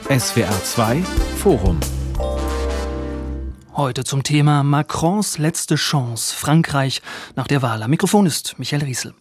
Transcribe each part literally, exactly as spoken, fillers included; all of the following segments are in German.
S W R zwei Forum. Heute zum Thema Macrons letzte Chance, Frankreich nach der Wahl. Am Mikrofon ist Michael Riesel.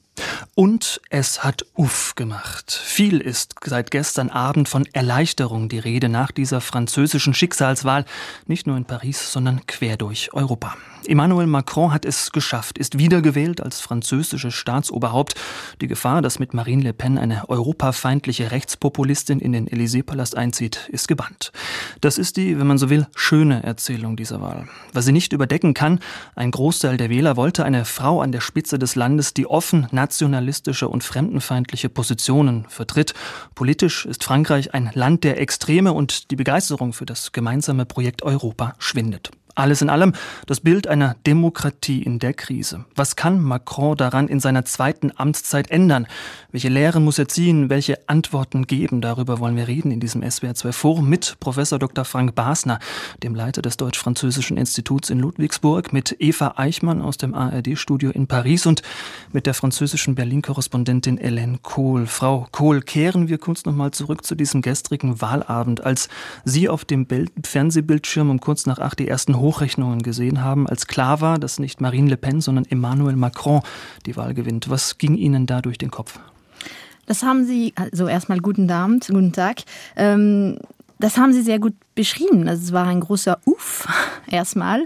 Und es hat Uff gemacht. Viel ist seit gestern Abend von Erleichterung die Rede nach dieser französischen Schicksalswahl, nicht nur in Paris, sondern quer durch Europa. Emmanuel Macron hat es geschafft, ist wiedergewählt als französisches Staatsoberhaupt. Die Gefahr, dass mit Marine Le Pen eine europafeindliche Rechtspopulistin in den Élysée-Palast einzieht, ist gebannt. Das ist die, wenn man so will, schöne Erzählung dieser Wahl. Was sie nicht überdecken kann, ein Großteil der Wähler wollte eine Frau an der Spitze des Landes, die offen nationalistische und fremdenfeindliche Positionen vertritt. Politisch ist Frankreich ein Land der Extreme und die Begeisterung für das gemeinsame Projekt Europa schwindet. Alles in allem das Bild einer Demokratie in der Krise. Was kann Macron daran in seiner zweiten Amtszeit ändern? Welche Lehren muss er ziehen? Welche Antworten geben? Darüber wollen wir reden in diesem S W R zwei Forum mit Professor Doktor Frank Basner, dem Leiter des Deutsch-Französischen Instituts in Ludwigsburg, mit Eva Eichmann aus dem A R D-Studio in Paris und mit der französischen Berlin-Korrespondentin Hélène Kohl. Frau Kohl, kehren wir kurz nochmal zurück zu diesem gestrigen Wahlabend, als Sie auf dem Fernsehbildschirm um kurz nach acht die ersten Hochrechnungen gesehen haben, als klar war, dass nicht Marine Le Pen, sondern Emmanuel Macron die Wahl gewinnt. Was ging Ihnen da durch den Kopf? Das haben Sie, also erstmal guten Abend, guten Tag. Ähm, das haben Sie sehr gut beschrieben. Also es war ein großer Uff, erstmal.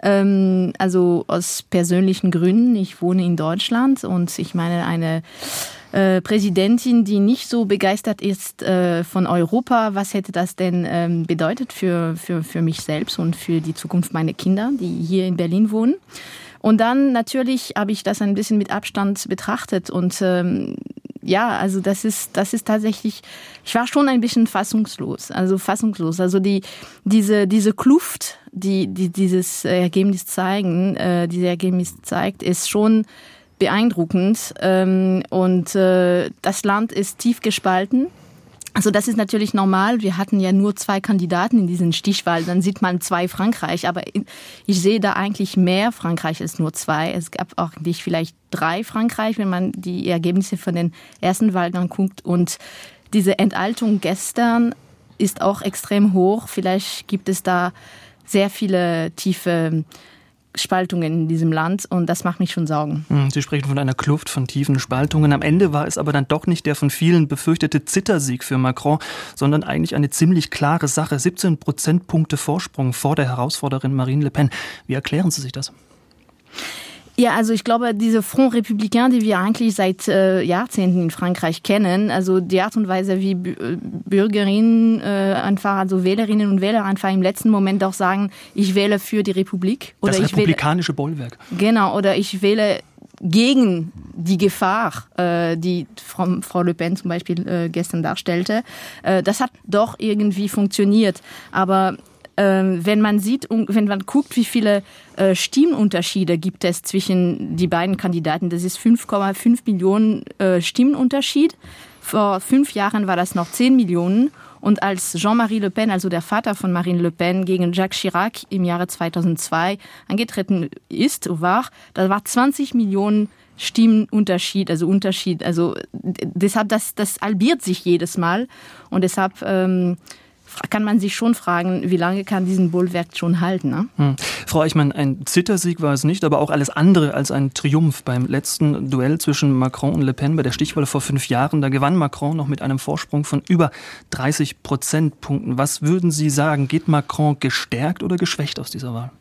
Ähm, also aus persönlichen Gründen. Ich wohne in Deutschland und ich meine, eine Äh, Präsidentin, die nicht so begeistert ist äh, von Europa. Was hätte das denn ähm, bedeutet für, für, für mich selbst und für die Zukunft meiner Kinder, die hier in Berlin wohnen? Und dann natürlich habe ich das ein bisschen mit Abstand betrachtet und ähm, ja, also das ist, das ist tatsächlich, ich war schon ein bisschen fassungslos, also fassungslos. Also die, diese, diese Kluft, die, die dieses Ergebnis zeigen, äh, dieses Ergebnis zeigt, ist schon beeindruckend ähm, und äh, das Land ist tief gespalten. Also das ist natürlich normal. Wir hatten ja nur zwei Kandidaten in diesen Stichwahl. Dann sieht man zwei Frankreich. Aber ich sehe da eigentlich mehr Frankreich als nur zwei. Es gab auch nicht vielleicht drei Frankreich, wenn man die Ergebnisse von den ersten Wahlgang guckt. Und diese Enthaltung gestern ist auch extrem hoch. Vielleicht gibt es da sehr viele tiefe Spaltungen in diesem Land und das macht mich schon Sorgen. Sie sprechen von einer Kluft, von tiefen Spaltungen. Am Ende war es aber dann doch nicht der von vielen befürchtete Zittersieg für Macron, sondern eigentlich eine ziemlich klare Sache. siebzehn Prozentpunkte Vorsprung vor der Herausforderin Marine Le Pen. Wie erklären Sie sich das? Ja, also ich glaube, diese Front Républicain, die wir eigentlich seit äh, Jahrzehnten in Frankreich kennen, also die Art und Weise, wie B- Bürgerinnen äh, einfach, also Wählerinnen und Wähler einfach im letzten Moment auch sagen, ich wähle für die Republik. Oder das ich republikanische wähle, Bollwerk. Genau, oder ich wähle gegen die Gefahr, äh, die Frau, Frau Le Pen zum Beispiel äh, gestern darstellte. Äh, das hat doch irgendwie funktioniert, aber wenn man sieht, wenn man guckt, wie viele äh, Stimmunterschiede gibt es zwischen die beiden Kandidaten, das ist fünf Komma fünf Millionen äh, Stimmenunterschied. Vor fünf Jahren war das noch zehn Millionen. Und als Jean-Marie Le Pen, also der Vater von Marine Le Pen, gegen Jacques Chirac im Jahre zweitausendzwei angetreten ist, war, da war zwanzig Millionen Stimmenunterschied, also Unterschied. Also deshalb, das, das halbiert sich jedes Mal. Und deshalb ähm, kann man sich schon fragen, wie lange kann diesen Bollwerk schon halten? Ne? Hm. Frau Eichmann, ein Zittersieg war es nicht, aber auch alles andere als ein Triumph. Beim letzten Duell zwischen Macron und Le Pen bei der Stichwahl vor fünf Jahren, da gewann Macron noch mit einem Vorsprung von über dreißig Prozentpunkten. Was würden Sie sagen, geht Macron gestärkt oder geschwächt aus dieser Wahl?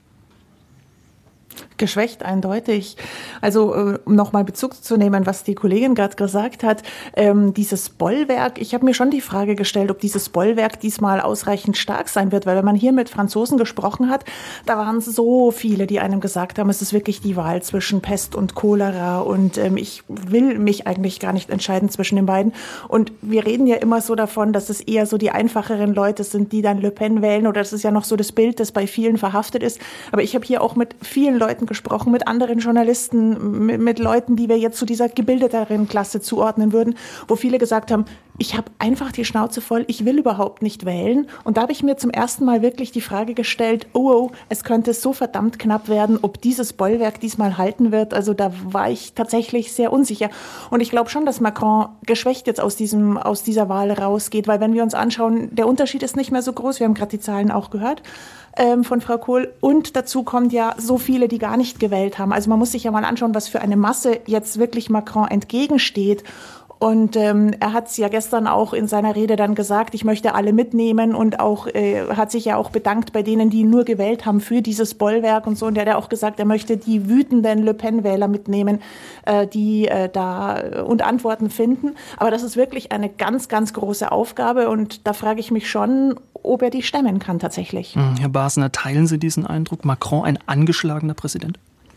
Geschwächt, eindeutig. Also um nochmal Bezug zu nehmen, was die Kollegin gerade gesagt hat, ähm, dieses Bollwerk, ich habe mir schon die Frage gestellt, ob dieses Bollwerk diesmal ausreichend stark sein wird, weil wenn man hier mit Franzosen gesprochen hat, da waren so viele, die einem gesagt haben, es ist wirklich die Wahl zwischen Pest und Cholera und ähm, ich will mich eigentlich gar nicht entscheiden zwischen den beiden. Und wir reden ja immer so davon, dass es eher so die einfacheren Leute sind, die dann Le Pen wählen, oder das ist ja noch so das Bild, das bei vielen verhaftet ist. Aber ich habe hier auch mit vielen Leuten gesprochen, mit anderen Journalisten, mit, mit Leuten, die wir jetzt zu dieser gebildeteren Klasse zuordnen würden, wo viele gesagt haben, ich habe einfach die Schnauze voll, ich will überhaupt nicht wählen. Und da habe ich mir zum ersten Mal wirklich die Frage gestellt, oh, oh, es könnte so verdammt knapp werden, ob dieses Bollwerk diesmal halten wird. Also da war ich tatsächlich sehr unsicher. Und ich glaube schon, dass Macron geschwächt jetzt aus diesem, aus dieser Wahl rausgeht, weil wenn wir uns anschauen, der Unterschied ist nicht mehr so groß. Wir haben gerade die Zahlen auch gehört ähm, von Frau Kohl. Und dazu kommt ja so viele, die gar nicht gewählt haben. Also man muss sich ja mal anschauen, was für eine Masse jetzt wirklich Macron entgegensteht. Und ähm, er hat es ja gestern auch in seiner Rede dann gesagt, ich möchte alle mitnehmen und auch äh, hat sich ja auch bedankt bei denen, die ihn nur gewählt haben für dieses Bollwerk und so. Und er hat auch gesagt, er möchte die wütenden Le Pen-Wähler mitnehmen, äh, die äh, da äh, und Antworten finden. Aber das ist wirklich eine ganz, ganz große Aufgabe und da frage ich mich schon, ob er die stemmen kann tatsächlich. Herr Basner, teilen Sie diesen Eindruck? Macron ein angeschlagener Präsident?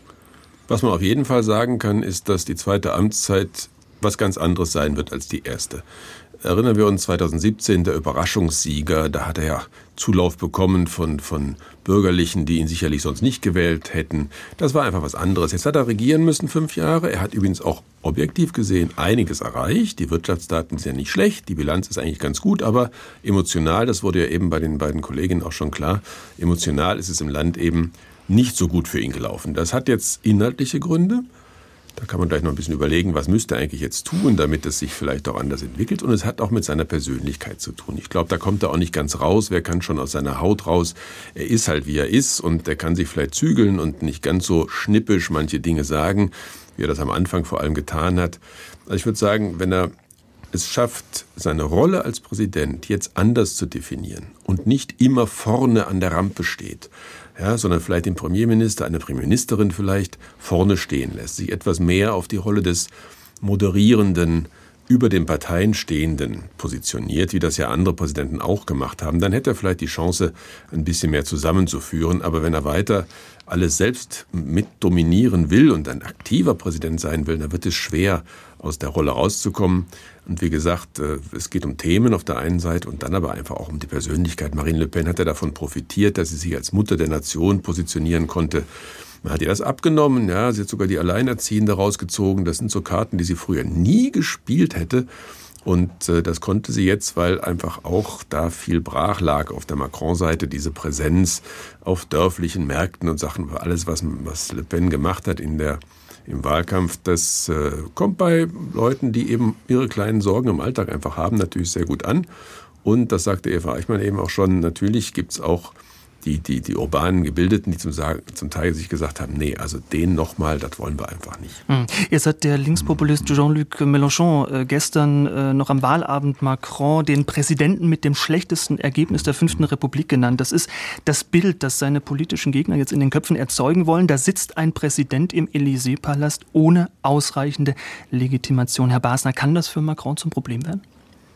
Was man auf jeden Fall sagen kann, ist, dass die zweite Amtszeit was ganz anderes sein wird als die erste. Erinnern wir uns zweitausendsiebzehn, der Überraschungssieger, da hat er ja Zulauf bekommen von, von Bürgerlichen, die ihn sicherlich sonst nicht gewählt hätten. Das war einfach was anderes. Jetzt hat er regieren müssen, fünf Jahre. Er hat übrigens auch objektiv gesehen einiges erreicht. Die Wirtschaftsdaten sind ja nicht schlecht, die Bilanz ist eigentlich ganz gut, aber emotional, das wurde ja eben bei den beiden Kolleginnen auch schon klar, emotional ist es im Land eben nicht so gut für ihn gelaufen. Das hat jetzt inhaltliche Gründe. Da kann man gleich noch ein bisschen überlegen, was müsste er eigentlich jetzt tun, damit es sich vielleicht auch anders entwickelt. Und es hat auch mit seiner Persönlichkeit zu tun. Ich glaube, da kommt er auch nicht ganz raus. Wer kann schon aus seiner Haut raus? Er ist halt, wie er ist. Und er kann sich vielleicht zügeln und nicht ganz so schnippisch manche Dinge sagen, wie er das am Anfang vor allem getan hat. Also ich würde sagen, wenn er es schafft, seine Rolle als Präsident jetzt anders zu definieren und nicht immer vorne an der Rampe steht, ja, sondern vielleicht den Premierminister, eine Premierministerin vielleicht vorne stehen lässt, sich etwas mehr auf die Rolle des moderierenden, über den Parteien stehenden positioniert, wie das ja andere Präsidenten auch gemacht haben, dann hätte er vielleicht die Chance, ein bisschen mehr zusammenzuführen. Aber wenn er weiter alles selbst mit dominieren will und ein aktiver Präsident sein will, dann wird es schwer, aus der Rolle rauszukommen. Und wie gesagt, es geht um Themen auf der einen Seite und dann aber einfach auch um die Persönlichkeit. Marine Le Pen hat ja davon profitiert, dass sie sich als Mutter der Nation positionieren konnte. Man hat ihr das abgenommen, ja, sie hat sogar die Alleinerziehende rausgezogen. Das sind so Karten, die sie früher nie gespielt hätte. Und äh, das konnte sie jetzt, weil einfach auch da viel brach lag auf der Macron-Seite, diese Präsenz auf dörflichen Märkten und Sachen, alles, was, was Le Pen gemacht hat in der im Wahlkampf, das äh, kommt bei Leuten, die eben ihre kleinen Sorgen im Alltag einfach haben, natürlich sehr gut an. Und das sagte Eva Eichmann eben auch schon, natürlich gibt's auch die, die, die urbanen Gebildeten, die zum, zum Teil sich gesagt haben, nee, also den nochmal, das wollen wir einfach nicht. Hm. Jetzt hat der Linkspopulist Jean-Luc Mélenchon äh, gestern äh, noch am Wahlabend Macron den Präsidenten mit dem schlechtesten Ergebnis der fünften Republik genannt. Das ist das Bild, das seine politischen Gegner jetzt in den Köpfen erzeugen wollen. Da sitzt ein Präsident im Élysée-Palast ohne ausreichende Legitimation. Herr Basner, kann das für Macron zum Problem werden?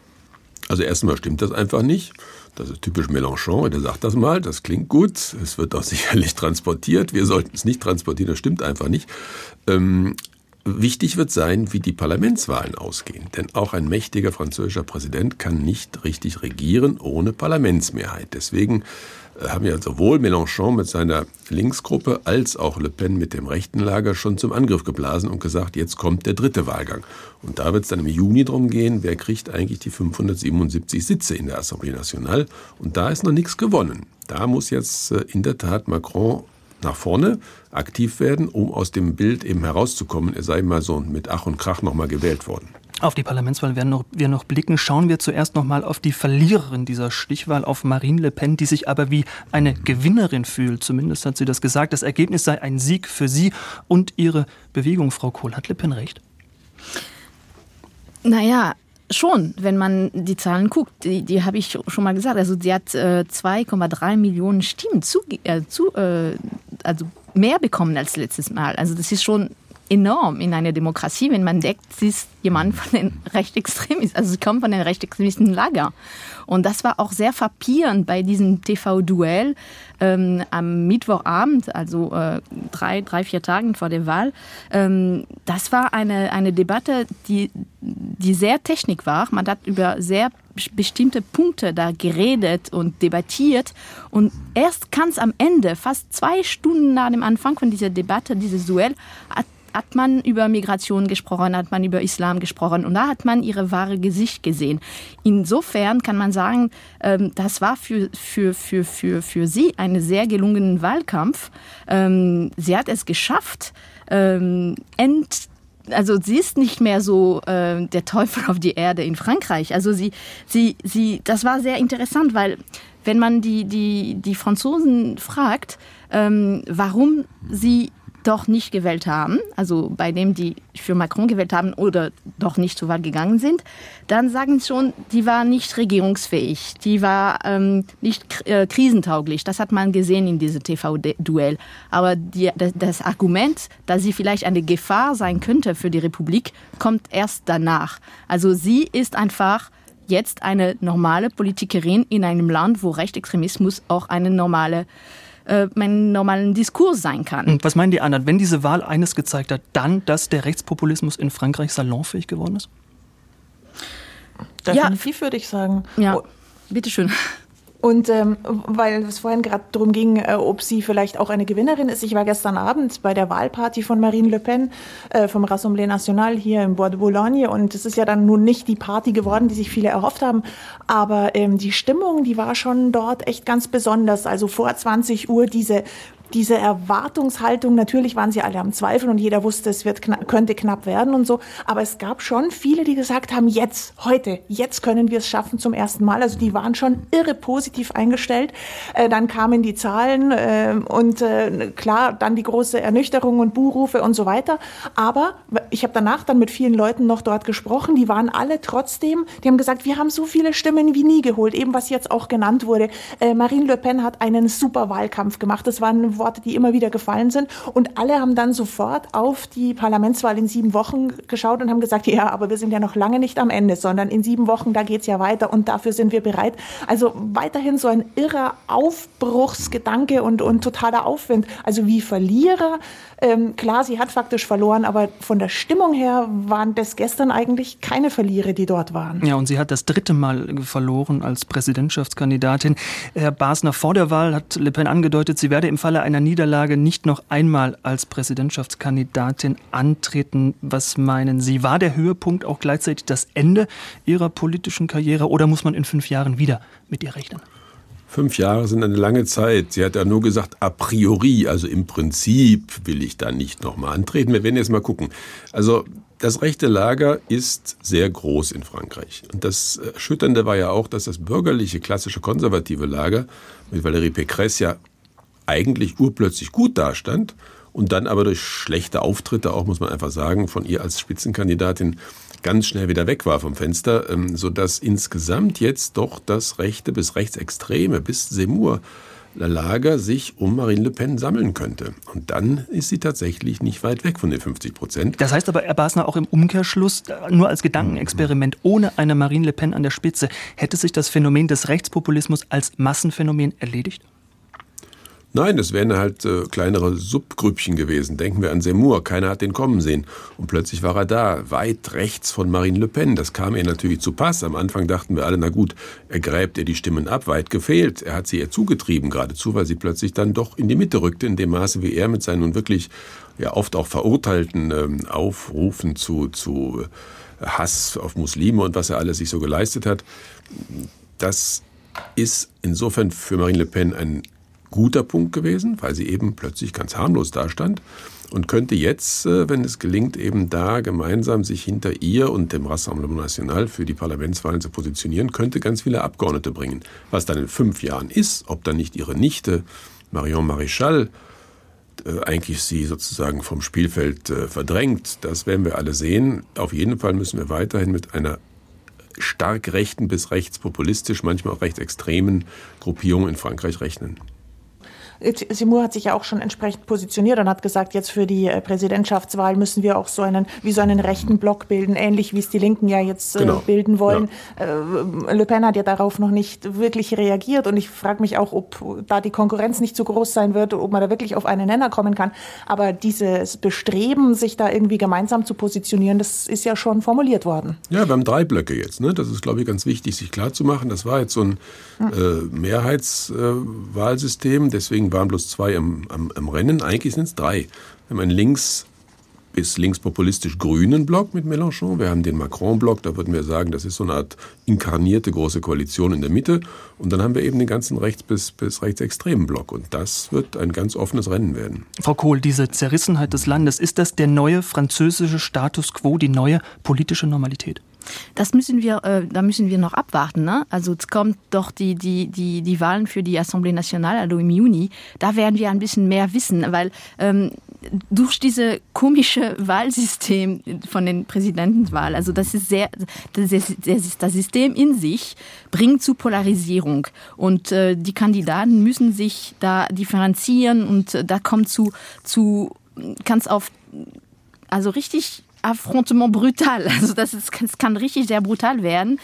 Also erstmal stimmt das einfach nicht. Das ist typisch Mélenchon, der sagt das mal, das klingt gut, es wird auch sicherlich transportiert, wir sollten es nicht transportieren, das stimmt einfach nicht. Ähm, wichtig wird sein, wie die Parlamentswahlen ausgehen, denn auch ein mächtiger französischer Präsident kann nicht richtig regieren ohne Parlamentsmehrheit. Deswegen haben ja sowohl Mélenchon mit seiner Linksgruppe als auch Le Pen mit dem rechten Lager schon zum Angriff geblasen und gesagt, jetzt kommt der dritte Wahlgang. Und da wird es dann im Juni darum gehen, wer kriegt eigentlich die fünfhundertsiebenundsiebzig Sitze in der Assemblée Nationale. Und da ist noch nichts gewonnen. Da muss jetzt in der Tat Macron nach vorne aktiv werden, um aus dem Bild eben herauszukommen, er sei mal so mit Ach und Krach nochmal gewählt worden. Auf die Parlamentswahl werden noch, wir noch blicken. Schauen wir zuerst noch mal auf die Verliererin dieser Stichwahl, auf Marine Le Pen, die sich aber wie eine Gewinnerin fühlt. Zumindest hat sie das gesagt. Das Ergebnis sei ein Sieg für sie und ihre Bewegung. Frau Kohl, hat Le Pen recht? Naja, schon, wenn man die Zahlen guckt. Die, die habe ich schon mal gesagt. Also sie hat äh, zwei Komma drei Millionen Stimmen zu, äh, zu, äh, also mehr bekommen als letztes Mal. Also das ist schon enorm in einer Demokratie, wenn man denkt, sie ist jemand von den Rechtsextremisten, also sie kommt von den rechtsextremistischen Lager. Und das war auch sehr frappierend bei diesem T V-Duell ähm, am Mittwochabend, also äh, drei, drei, vier Tagen vor der Wahl. Ähm, das war eine, eine Debatte, die, die sehr technisch war. Man hat über sehr bestimmte Punkte da geredet und debattiert. Und erst ganz am Ende, fast zwei Stunden nach dem Anfang von dieser Debatte, dieses Duell, hat hat man über Migration gesprochen, hat man über Islam gesprochen und da hat man ihre wahre Gesicht gesehen. Insofern kann man sagen, ähm, das war für, für, für, für, für sie einen sehr gelungenen Wahlkampf. Ähm, sie hat es geschafft, ähm, end Also sie ist nicht mehr so äh, der Teufel auf die Erde in Frankreich. Also sie, sie, sie, das war sehr interessant, weil wenn man die, die, die Franzosen fragt, ähm, warum sie doch nicht gewählt haben, also bei dem, die für Macron gewählt haben oder doch nicht zur Wahl gegangen sind, dann sagen sie schon, die war nicht regierungsfähig, die war ähm, nicht äh, krisentauglich. Das hat man gesehen in diesem T V-Duell. Aber die, das, das Argument, dass sie vielleicht eine Gefahr sein könnte für die Republik, kommt erst danach. Also sie ist einfach jetzt eine normale Politikerin in einem Land, wo Rechtsextremismus auch eine normale einen normalen Diskurs sein kann. Was meinen die anderen, wenn diese Wahl eines gezeigt hat, dann, dass der Rechtspopulismus in Frankreich salonfähig geworden ist? Definitiv, ja, würde ich sagen. Ja, bitteschön. Und ähm, weil es vorhin gerade darum ging, äh, ob sie vielleicht auch eine Gewinnerin ist. Ich war gestern Abend bei der Wahlparty von Marine Le Pen äh, vom Rassemblement National hier im Bois de Boulogne. Und es ist ja dann nun nicht die Party geworden, die sich viele erhofft haben. Aber ähm, die Stimmung, die war schon dort echt ganz besonders. Also vor zwanzig Uhr diese diese Erwartungshaltung, natürlich waren sie alle am Zweifeln und jeder wusste, es wird knapp, könnte knapp werden und so. Aber es gab schon viele, die gesagt haben, jetzt, heute, jetzt können wir es schaffen zum ersten Mal. Also die waren schon irre positiv eingestellt. Äh, dann kamen die Zahlen äh, und äh, klar, dann die große Ernüchterung und Buhrufe und so weiter. Aber ich habe danach dann mit vielen Leuten noch dort gesprochen, die waren alle trotzdem, die haben gesagt, wir haben so viele Stimmen wie nie geholt, eben was jetzt auch genannt wurde. Äh, Marine Le Pen hat einen super Wahlkampf gemacht. Das waren Worte, die immer wieder gefallen sind. Und alle haben dann sofort auf die Parlamentswahl in sieben Wochen geschaut und haben gesagt, ja, aber wir sind ja noch lange nicht am Ende, sondern in sieben Wochen, da geht's ja weiter und dafür sind wir bereit. Also weiterhin so ein irrer Aufbruchsgedanke und, und totaler Aufwind. Also wie Verlierer. Ähm, klar, sie hat faktisch verloren, aber von der Stimmung her waren das gestern eigentlich keine Verlierer, die dort waren. Ja, und sie hat das dritte Mal verloren als Präsidentschaftskandidatin. Herr Basner, vor der Wahl hat Le Pen angedeutet, sie werde im Falle einer Niederlage nicht noch einmal als Präsidentschaftskandidatin antreten. Was meinen Sie? War der Höhepunkt auch gleichzeitig das Ende Ihrer politischen Karriere oder muss man in fünf Jahren wieder mit ihr rechnen? Fünf Jahre sind eine lange Zeit. Sie hat ja nur gesagt, a priori, also im Prinzip will ich da nicht nochmal antreten. Wir werden jetzt mal gucken. Also das rechte Lager ist sehr groß in Frankreich. Und das Erschütternde war ja auch, dass das bürgerliche, klassische, konservative Lager mit Valérie Pécresse ja eigentlich urplötzlich gut dastand und dann aber durch schlechte Auftritte, auch muss man einfach sagen, von ihr als Spitzenkandidatin ganz schnell wieder weg war vom Fenster, sodass insgesamt jetzt doch das rechte bis rechtsextreme, bis Zemmour Lager sich um Marine Le Pen sammeln könnte. Und dann ist sie tatsächlich nicht weit weg von den fünfzig Prozent. Das heißt aber, Herr Basner, auch im Umkehrschluss, nur als Gedankenexperiment, ohne eine Marine Le Pen an der Spitze, hätte sich das Phänomen des Rechtspopulismus als Massenphänomen erledigt? Nein, es wären halt äh, kleinere Subgrüppchen gewesen. Denken wir an Zemmour, keiner hat den kommen sehen. Und plötzlich war er da, weit rechts von Marine Le Pen. Das kam ihr natürlich zu Pass. Am Anfang dachten wir alle, na gut, er gräbt ihr die Stimmen ab, weit gefehlt. Er hat sie ihr zugetrieben geradezu, weil sie plötzlich dann doch in die Mitte rückte, in dem Maße, wie er mit seinen nun wirklich ja oft auch verurteilten ähm, Aufrufen zu, zu Hass auf Muslime und was er alles sich so geleistet hat. Das ist insofern für Marine Le Pen ein guter Punkt gewesen, weil sie eben plötzlich ganz harmlos dastand und könnte jetzt, wenn es gelingt, eben da gemeinsam sich hinter ihr und dem Rassemblement National für die Parlamentswahlen zu positionieren, könnte ganz viele Abgeordnete bringen. Was dann in fünf Jahren ist, ob dann nicht ihre Nichte Marion Maréchal äh, eigentlich sie sozusagen vom Spielfeld äh, verdrängt, das werden wir alle sehen. Auf jeden Fall müssen wir weiterhin mit einer stark rechten bis rechtspopulistisch, manchmal auch rechtsextremen Gruppierung in Frankreich rechnen. Zemmour hat sich ja auch schon entsprechend positioniert und hat gesagt, jetzt für die Präsidentschaftswahl müssen wir auch so einen, wie so einen rechten Block bilden, ähnlich wie es die Linken ja jetzt äh, genau. bilden wollen. Ja. Äh, Le Pen hat ja darauf noch nicht wirklich reagiert und ich frage mich auch, ob da die Konkurrenz nicht so groß sein wird, ob man da wirklich auf einen Nenner kommen kann. Aber dieses Bestreben, sich da irgendwie gemeinsam zu positionieren, das ist ja schon formuliert worden. Ja, wir haben drei Blöcke jetzt. Ne? Das ist, glaube ich, ganz wichtig, sich klarzumachen. Das war jetzt so ein äh, Mehrheitswahlsystem, äh, deswegen waren bloß zwei im, am, im Rennen. Eigentlich sind es drei. Wir haben ein links bis linkspopulistisch-grünen Block mit Mélenchon. Wir haben den Macron-Block, da würden wir sagen, das ist so eine Art inkarnierte große Koalition in der Mitte. Und dann haben wir eben den ganzen rechts- bis, bis rechtsextremen Block. Und das wird ein ganz offenes Rennen werden. Frau Kohl, diese Zerrissenheit des Landes, ist das der neue französische Status quo, die neue politische Normalität? Das müssen wir, äh, da müssen wir noch abwarten. Ne? Also es kommt doch die, die, die, die Wahlen für die Assemblée Nationale, also im Juni. Da werden wir ein bisschen mehr wissen, weil ähm, durch diese komische Wahlsystem von den Präsidentenwahlen, also das ist sehr, das, ist, das System in sich bringt zu Polarisierung und äh, die Kandidaten müssen sich da differenzieren und äh, da kommt zu, zu kann es auf, also richtig Affrontement brutal. Also das, ist, das kann richtig sehr brutal werden.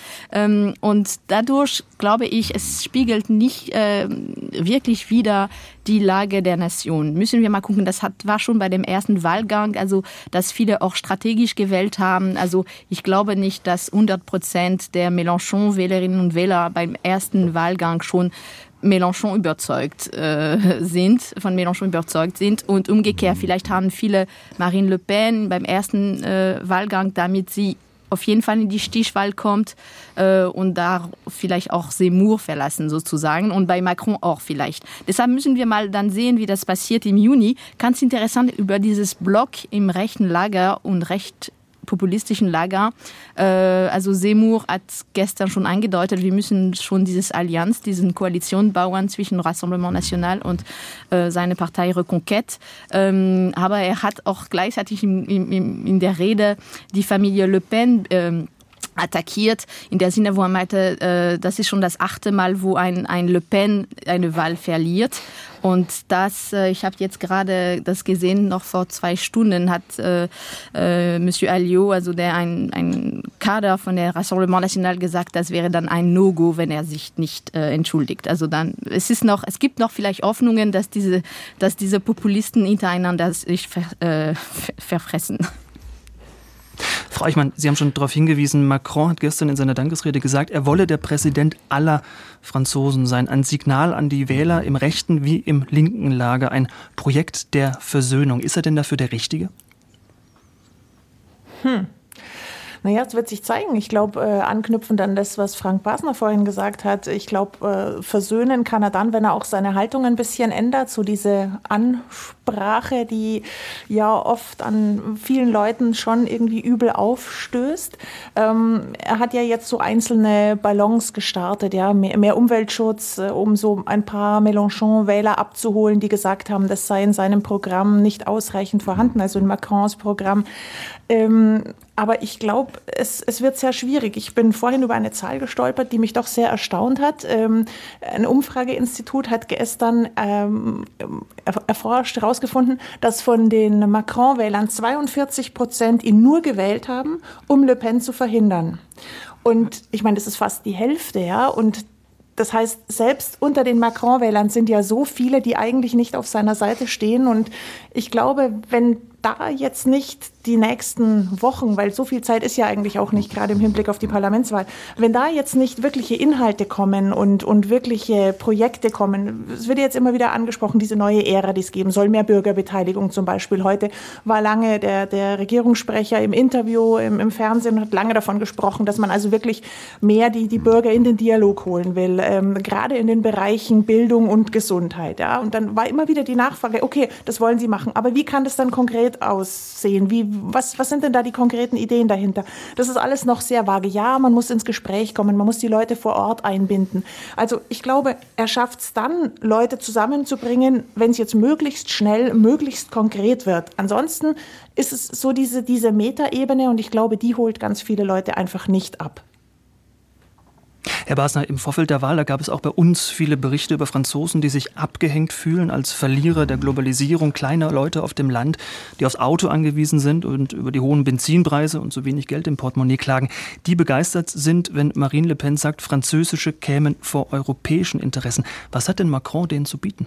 Und dadurch glaube ich, es spiegelt nicht äh, wirklich wieder die Lage der Nation. Müssen wir mal gucken, das hat, war schon bei dem ersten Wahlgang, also dass viele auch strategisch gewählt haben. Also ich glaube nicht, dass hundert Prozent der Mélenchon-Wählerinnen und Wähler beim ersten Wahlgang schon Mélenchon überzeugt äh, sind, von Mélenchon überzeugt sind und umgekehrt. Vielleicht haben viele Marine Le Pen beim ersten äh, Wahlgang, damit sie auf jeden Fall in die Stichwahl kommt äh, und da vielleicht auch Zemmour verlassen sozusagen und bei Macron auch vielleicht. Deshalb müssen wir mal dann sehen, wie das passiert im Juni. Ganz interessant über dieses Block im rechten Lager und recht populistischen Lager. Äh, also Zemmour hat gestern schon angedeutet, wir müssen schon dieses Allianz, diesen Koalition bauen zwischen Rassemblement National und äh, seine Partei Reconquête. Ähm, aber er hat auch gleichzeitig in, in, in der Rede die Familie Le Pen ähm, attackiert, in der Sinne, wo er meinte, äh, das ist schon das achte Mal, wo ein, ein Le Pen eine Wahl verliert. Und das, äh, ich habe jetzt gerade das gesehen, noch vor zwei Stunden hat äh, äh, Monsieur Alliot, also der ein, ein Kader von der Rassemblement National, gesagt, das wäre dann ein No-Go, wenn er sich nicht äh, entschuldigt. Also dann, es ist noch, es gibt noch vielleicht Hoffnungen, dass diese, dass diese Populisten hintereinander sich ver, äh, verfressen. Frau Eichmann, Sie haben schon darauf hingewiesen, Macron hat gestern in seiner Dankesrede gesagt, er wolle der Präsident aller Franzosen sein. Ein Signal an die Wähler im rechten wie im linken Lager, ein Projekt der Versöhnung. Ist er denn dafür der Richtige? Hm. Naja, es wird sich zeigen. Ich glaube, äh, anknüpfend an das, was Frank Basner vorhin gesagt hat, ich glaube, äh, versöhnen kann er dann, wenn er auch seine Haltung ein bisschen ändert. So diese Ansprache, die ja oft an vielen Leuten schon irgendwie übel aufstößt. Ähm, er hat ja jetzt so einzelne Ballons gestartet, ja, mehr, mehr Umweltschutz, äh, um so ein paar Mélenchon-Wähler abzuholen, die gesagt haben, das sei in seinem Programm nicht ausreichend vorhanden, also in Macrons Programm. Ähm, aber ich glaube, es, es wird sehr schwierig. Ich bin vorhin über eine Zahl gestolpert, die mich doch sehr erstaunt hat. Ähm, ein Umfrageinstitut hat gestern ähm, erforscht, herausgefunden, dass von den Macron-Wählern zweiundvierzig Prozent ihn nur gewählt haben, um Le Pen zu verhindern. Und ich meine, das ist fast die Hälfte, ja. Und das heißt, selbst unter den Macron-Wählern sind ja so viele, die eigentlich nicht auf seiner Seite stehen. Und ich glaube, wenn da jetzt nicht die nächsten Wochen, weil so viel Zeit ist ja eigentlich auch nicht, gerade im Hinblick auf die Parlamentswahl, wenn da jetzt nicht wirkliche Inhalte kommen und, und wirkliche Projekte kommen, es wird jetzt immer wieder angesprochen, diese neue Ära, die es geben soll, mehr Bürgerbeteiligung zum Beispiel. Heute war lange der, der Regierungssprecher im Interview, im, im Fernsehen, hat lange davon gesprochen, dass man also wirklich mehr die, die Bürger in den Dialog holen will, ähm, gerade in den Bereichen Bildung und Gesundheit. Ja? Und dann war immer wieder die Nachfrage, okay, das wollen Sie machen, aber wie kann das dann konkret aussehen? Wie, was, was sind denn da die konkreten Ideen dahinter? Das ist alles noch sehr vage. Ja, man muss ins Gespräch kommen, man muss die Leute vor Ort einbinden. Also ich glaube, er schafft es dann, Leute zusammenzubringen, wenn es jetzt möglichst schnell, möglichst konkret wird. Ansonsten ist es so diese, diese Metaebene und ich glaube, die holt ganz viele Leute einfach nicht ab. Herr Basner, im Vorfeld der Wahl, da gab es auch bei uns viele Berichte über Franzosen, die sich abgehängt fühlen als Verlierer der Globalisierung, kleiner Leute auf dem Land, die aufs Auto angewiesen sind und über die hohen Benzinpreise und so wenig Geld im Portemonnaie klagen, die begeistert sind, wenn Marine Le Pen sagt, Französische kämen vor europäischen Interessen. Was hat denn Macron denen zu bieten?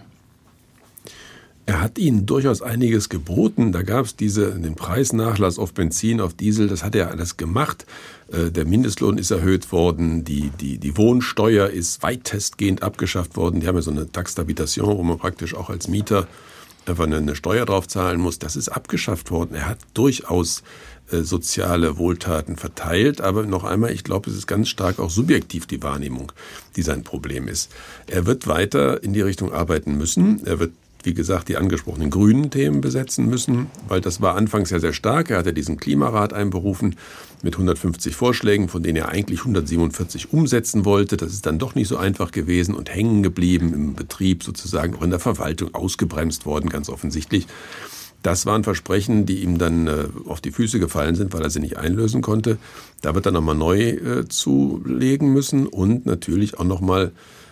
Er hat ihnen durchaus einiges geboten. Da gab es diese, den Preisnachlass auf Benzin, auf Diesel, das hat er alles gemacht. Der Mindestlohn ist erhöht worden, die, die, die Wohnsteuer ist weitestgehend abgeschafft worden. Die haben ja so eine Taxe d'habitation, wo man praktisch auch als Mieter einfach eine Steuer drauf zahlen muss, das ist abgeschafft worden. Er hat durchaus äh, soziale Wohltaten verteilt, aber noch einmal, ich glaube, es ist ganz stark auch subjektiv die Wahrnehmung, die sein Problem ist. Er wird weiter in die Richtung arbeiten müssen. Er wird, wie gesagt, die angesprochenen grünen Themen besetzen müssen, weil das war anfangs ja sehr stark. Er hatte diesen Klimarat einberufen mit hundertfünfzig Vorschlägen, von denen er eigentlich hundertsiebenundvierzig umsetzen wollte. Das ist dann doch nicht so einfach gewesen und hängen geblieben im Betrieb, sozusagen auch in der Verwaltung ausgebremst worden, ganz offensichtlich. Das waren Versprechen, die ihm dann äh, auf die Füße gefallen sind, weil er sie nicht einlösen konnte. Da wird er nochmal neu äh, zulegen müssen und natürlich auch nochmal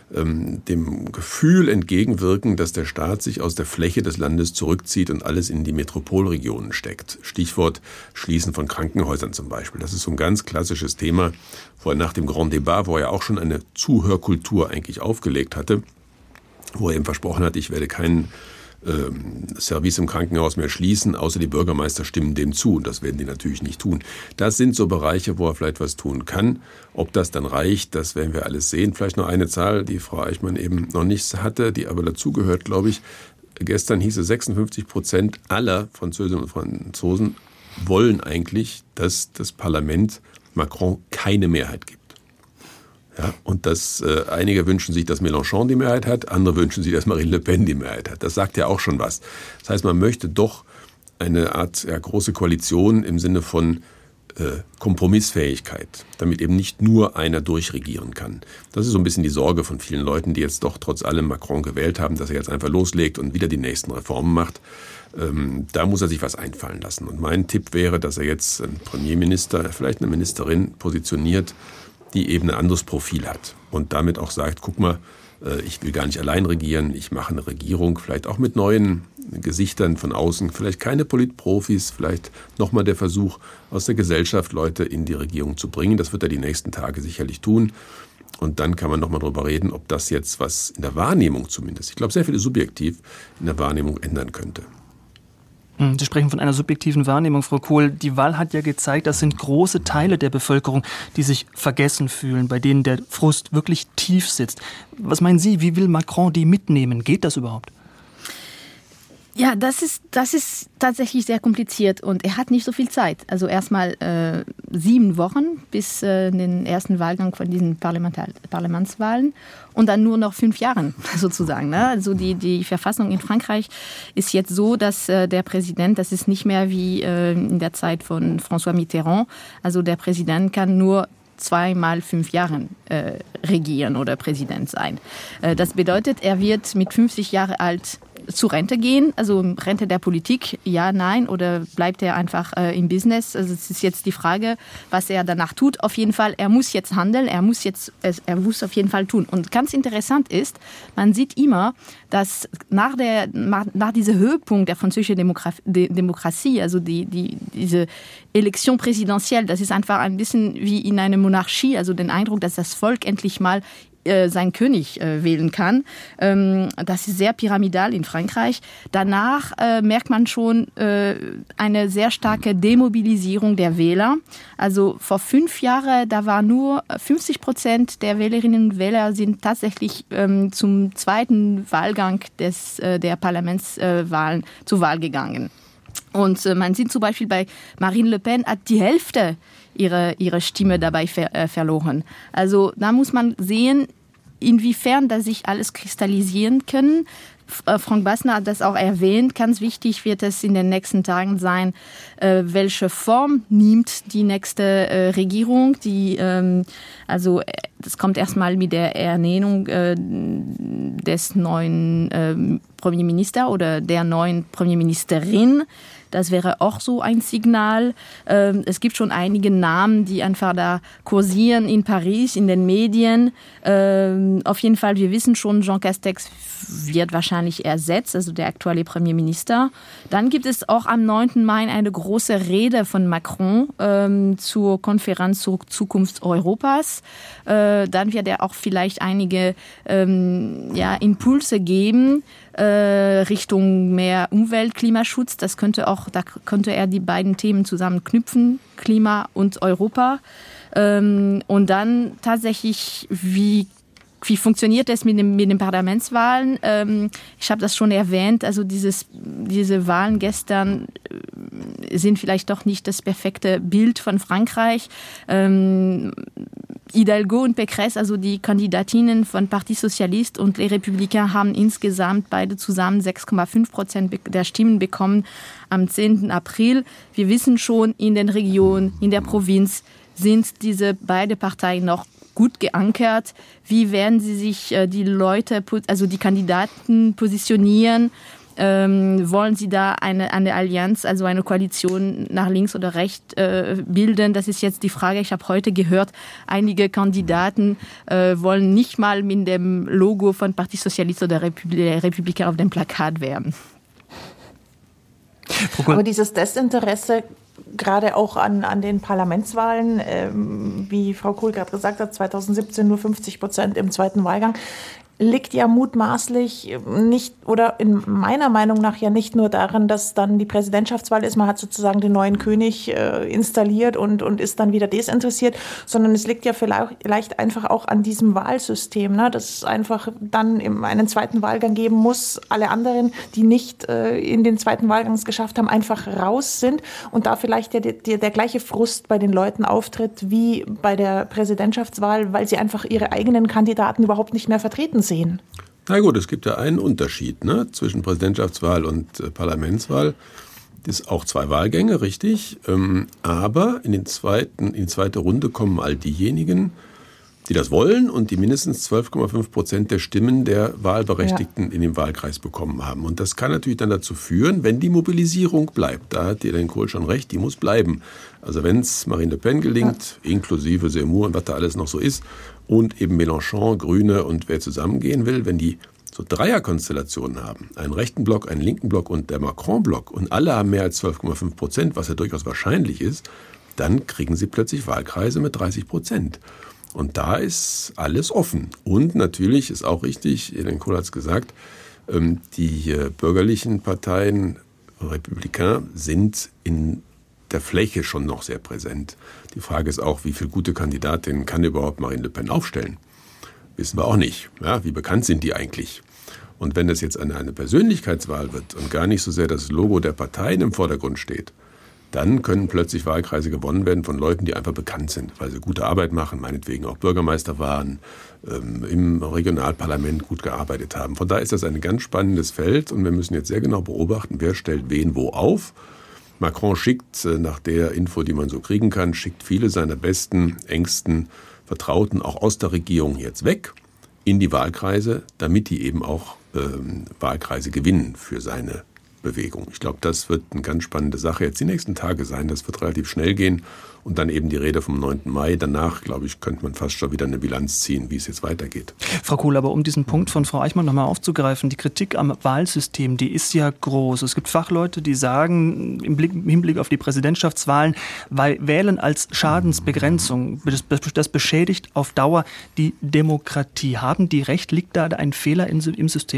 dem Gefühl entgegenwirken, dass der Staat sich aus der Fläche des Landes zurückzieht und alles in die Metropolregionen steckt. Stichwort Schließen von Krankenhäusern zum Beispiel. Das ist so ein ganz klassisches Thema, wo er nach dem Grand Débat, wo er auch schon eine Zuhörkultur eigentlich aufgelegt hatte, wo er ihm versprochen hat, ich werde keinen ähm, Service im Krankenhaus mehr schließen, außer die Bürgermeister stimmen dem zu. Und das werden die natürlich nicht tun. Das sind so Bereiche, wo er vielleicht was tun kann. Ob das dann reicht, das werden wir alles sehen. Vielleicht noch eine Zahl, die Frau Eichmann eben noch nicht hatte, die aber dazugehört, glaube ich. Gestern hieß es, sechsundfünfzig Prozent aller Französinnen und Franzosen wollen eigentlich, dass das Parlament Macron keine Mehrheit gibt. Ja, und das, äh, einige wünschen sich, dass Mélenchon die Mehrheit hat, andere wünschen sich, dass Marine Le Pen die Mehrheit hat. Das sagt ja auch schon was. Das heißt, man möchte doch eine Art ja, große Koalition im Sinne von äh, Kompromissfähigkeit, damit eben nicht nur einer durchregieren kann. Das ist so ein bisschen die Sorge von vielen Leuten, die jetzt doch trotz allem Macron gewählt haben, dass er jetzt einfach loslegt und wieder die nächsten Reformen macht. Ähm, da muss er sich was einfallen lassen. Und mein Tipp wäre, dass er jetzt einen Premierminister, vielleicht eine Ministerin positioniert, die eben ein anderes Profil hat und damit auch sagt, guck mal, ich will gar nicht allein regieren, ich mache eine Regierung, vielleicht auch mit neuen Gesichtern von außen, vielleicht keine Politprofis, vielleicht nochmal der Versuch, aus der Gesellschaft Leute in die Regierung zu bringen. Das wird er die nächsten Tage sicherlich tun. Und dann kann man nochmal drüber reden, ob das jetzt was in der Wahrnehmung zumindest, ich glaube sehr viel subjektiv, in der Wahrnehmung ändern könnte. Sie sprechen von einer subjektiven Wahrnehmung, Frau Kohl. Die Wahl hat ja gezeigt, das sind große Teile der Bevölkerung, die sich vergessen fühlen, bei denen der Frust wirklich tief sitzt. Was meinen Sie, wie will Macron die mitnehmen? Geht das überhaupt? Ja, das ist, das ist tatsächlich sehr kompliziert und er hat nicht so viel Zeit. Also erstmal äh, sieben Wochen bis äh, den ersten Wahlgang von diesen Parlamentar- Parlamentswahlen und dann nur noch fünf Jahre sozusagen. Ne? Also die, die Verfassung in Frankreich ist jetzt so, dass äh, der Präsident, das ist nicht mehr wie äh, in der Zeit von François Mitterrand, also der Präsident kann nur zweimal fünf Jahren äh, regieren oder Präsident sein. Äh, das bedeutet, er wird mit fünfzig Jahre alt zur Rente gehen, also Rente der Politik, ja, nein, oder bleibt er einfach äh, im Business? Also es ist jetzt die Frage, was er danach tut. Auf jeden Fall, er muss jetzt handeln, er muss jetzt, er muss auf jeden Fall tun. Und ganz interessant ist, man sieht immer, dass nach der, nach diesem Höhepunkt der französischen Demokra- De- Demokratie, also die, die, diese Elektion präsidentielle, das ist einfach ein bisschen wie in einer Monarchie, also den Eindruck, dass das Volk endlich mal sein König äh, wählen kann. Ähm, das ist sehr pyramidal in Frankreich. Danach äh, merkt man schon äh, eine sehr starke Demobilisierung der Wähler. Also vor fünf Jahren, da war nur fünfzig Prozent der Wählerinnen und Wähler sind tatsächlich ähm, zum zweiten Wahlgang des, äh, der Parlamentswahlen äh, zur Wahl gegangen. Und äh, man sieht zum Beispiel bei Marine Le Pen hat die Hälfte ihre, ihre Stimme dabei ver, äh, verloren. Also da muss man sehen, inwiefern das sich alles kristallisieren können. Äh, Frank Bassner hat das auch erwähnt. Ganz wichtig wird es in den nächsten Tagen sein, äh, welche Form nimmt die nächste äh, Regierung. Die, ähm, also äh, das kommt erstmal mit der Ernennung äh, des neuen äh, Premierministers oder der neuen Premierministerin. Das wäre auch so ein Signal. Es gibt schon einige Namen, die einfach da kursieren in Paris, in den Medien. Auf jeden Fall, wir wissen schon, Jean Castex wird wahrscheinlich ersetzt, also der aktuelle Premierminister. Dann gibt es auch am neunten Mai eine große Rede von Macron ähm, zur Konferenz zur Zukunft Europas. Äh, dann wird er auch vielleicht einige ähm, ja, Impulse geben, Äh, Richtung mehr Umwelt, Klimaschutz. Das könnte auch, da könnte er die beiden Themen zusammenknüpfen, Klima und Europa. Ähm, und dann tatsächlich, wie wie funktioniert es mit, dem, mit den Parlamentswahlen? Ähm, ich habe das schon erwähnt, also dieses, diese Wahlen gestern sind vielleicht doch nicht das perfekte Bild von Frankreich. Ähm, Hidalgo und Pécresse, also die Kandidatinnen von Parti Socialiste und Les Républicains, haben insgesamt beide zusammen sechs Komma fünf Prozent der Stimmen bekommen am zehnten April. Wir wissen schon, in den Regionen, in der Provinz sind diese beiden Parteien noch gut geankert. Wie werden sie sich äh, die Leute, also die Kandidaten positionieren? Ähm, wollen Sie da eine, eine Allianz, also eine Koalition nach links oder rechts äh, bilden? Das ist jetzt die Frage. Ich habe heute gehört, einige Kandidaten äh, wollen nicht mal mit dem Logo von Parti Socialiste oder Repub- Republikaner auf dem Plakat werben. Aber dieses Desinteresse, gerade auch an, an den Parlamentswahlen, ähm, wie Frau Kohl gerade gesagt hat, zweitausendsiebzehn nur fünfzig Prozent im zweiten Wahlgang, liegt ja mutmaßlich nicht oder in meiner Meinung nach ja nicht nur daran, dass dann die Präsidentschaftswahl ist, man hat sozusagen den neuen König äh, installiert und, und ist dann wieder desinteressiert, sondern es liegt ja vielleicht einfach auch an diesem Wahlsystem, ne, dass es einfach dann im, einen zweiten Wahlgang geben muss, alle anderen, die nicht äh, in den zweiten Wahlgang es geschafft haben, einfach raus sind und da vielleicht der, der, der gleiche Frust bei den Leuten auftritt wie bei der Präsidentschaftswahl, weil sie einfach ihre eigenen Kandidaten überhaupt nicht mehr vertreten sehen. Na gut, es gibt ja einen Unterschied, ne, zwischen Präsidentschaftswahl und äh, Parlamentswahl. Das ist auch zwei Wahlgänge, richtig. Ähm, aber in, den zweiten, in die zweite Runde kommen all diejenigen, die das wollen und die mindestens zwölf Komma fünf Prozent der Stimmen der Wahlberechtigten ja. in dem Wahlkreis bekommen haben. Und das kann natürlich dann dazu führen, wenn die Mobilisierung bleibt, da hat Hélène Kohl schon recht, die muss bleiben. Also wenn es Marine Le Pen gelingt, ja. inklusive Zemmour und was da alles noch so ist, und eben Mélenchon, Grüne und wer zusammengehen will, wenn die so Dreierkonstellationen haben, einen rechten Block, einen linken Block und der Macron-Block und alle haben mehr als zwölf Komma fünf Prozent, was ja durchaus wahrscheinlich ist, dann kriegen sie plötzlich Wahlkreise mit dreißig Prozent. Und da ist alles offen. Und natürlich ist auch richtig, Hélène Kohl hat es gesagt, die bürgerlichen Parteien, Républicains, sind in der Fläche schon noch sehr präsent. Die Frage ist auch, wie viele gute Kandidatinnen kann überhaupt Marine Le Pen aufstellen? Wissen wir auch nicht. Ja, wie bekannt sind die eigentlich? Und wenn das jetzt eine, eine Persönlichkeitswahl wird und gar nicht so sehr das Logo der Parteien im Vordergrund steht, dann können plötzlich Wahlkreise gewonnen werden von Leuten, die einfach bekannt sind, weil sie gute Arbeit machen, meinetwegen auch Bürgermeister waren, ähm, im Regionalparlament gut gearbeitet haben. Von daher ist das ein ganz spannendes Feld und wir müssen jetzt sehr genau beobachten, wer stellt wen wo auf. Macron schickt, nach der Info, die man so kriegen kann, schickt viele seiner besten, engsten Vertrauten auch aus der Regierung jetzt weg in die Wahlkreise, damit die eben auch ähm, Wahlkreise gewinnen für seine Bewegung. Ich glaube, das wird eine ganz spannende Sache jetzt die nächsten Tage sein. Das wird relativ schnell gehen und dann eben die Rede vom neunten Mai. Danach, glaube ich, könnte man fast schon wieder eine Bilanz ziehen, wie es jetzt weitergeht. Frau Kohl, aber um diesen Punkt von Frau Eichmann nochmal aufzugreifen, die Kritik am Wahlsystem, die ist ja groß. Es gibt Fachleute, die sagen, im, Blick, im Hinblick auf die Präsidentschaftswahlen, weil Wählen als Schadensbegrenzung, das, das beschädigt auf Dauer die Demokratie. Haben die recht? Liegt da ein Fehler in, im System?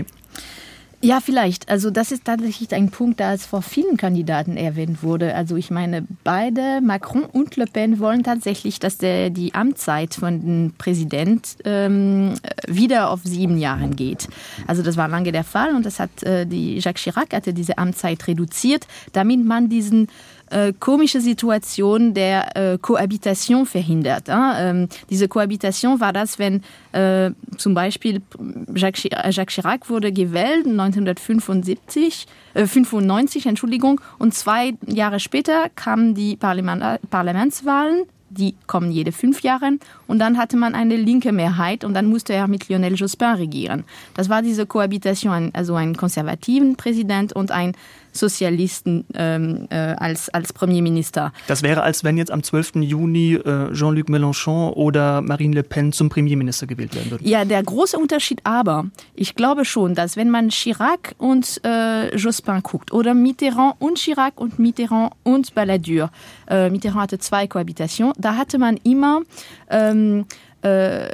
Ja, vielleicht. Also das ist tatsächlich ein Punkt, der es vor vielen Kandidaten erwähnt wurde. Also ich meine, beide, Macron und Le Pen, wollen tatsächlich, dass der, die Amtszeit von dem Präsident ähm, wieder auf sieben Jahre geht. Also das war lange der Fall und das hat äh, die Jacques Chirac hatte diese Amtszeit reduziert, damit man diesen Äh, komische Situation der äh, Kohabitation verhindert. Äh? Ähm, diese Kohabitation war das, wenn äh, zum Beispiel Jacques, Jacques Chirac wurde gewählt neunzehnhundertfünfundsiebzig, äh, fünfundneunzig, Entschuldigung, und zwei Jahre später kamen die Parlament, Parlamentswahlen. Die kommen jede fünf Jahre und dann hatte man eine linke Mehrheit und dann musste er mit Lionel Jospin regieren. Das war diese Kohabitation, also einen konservativen Präsident und ein Sozialisten ähm, äh, als, als Premierminister. Das wäre, als wenn jetzt am zwölften Juni äh, Jean-Luc Mélenchon oder Marine Le Pen zum Premierminister gewählt werden würden. Ja, der große Unterschied aber, ich glaube schon, dass wenn man Chirac und äh, Jospin guckt oder Mitterrand und Chirac und Mitterrand und Balladur, äh, Mitterrand hatte zwei Kohabitationen, da hatte man immer ähm, äh,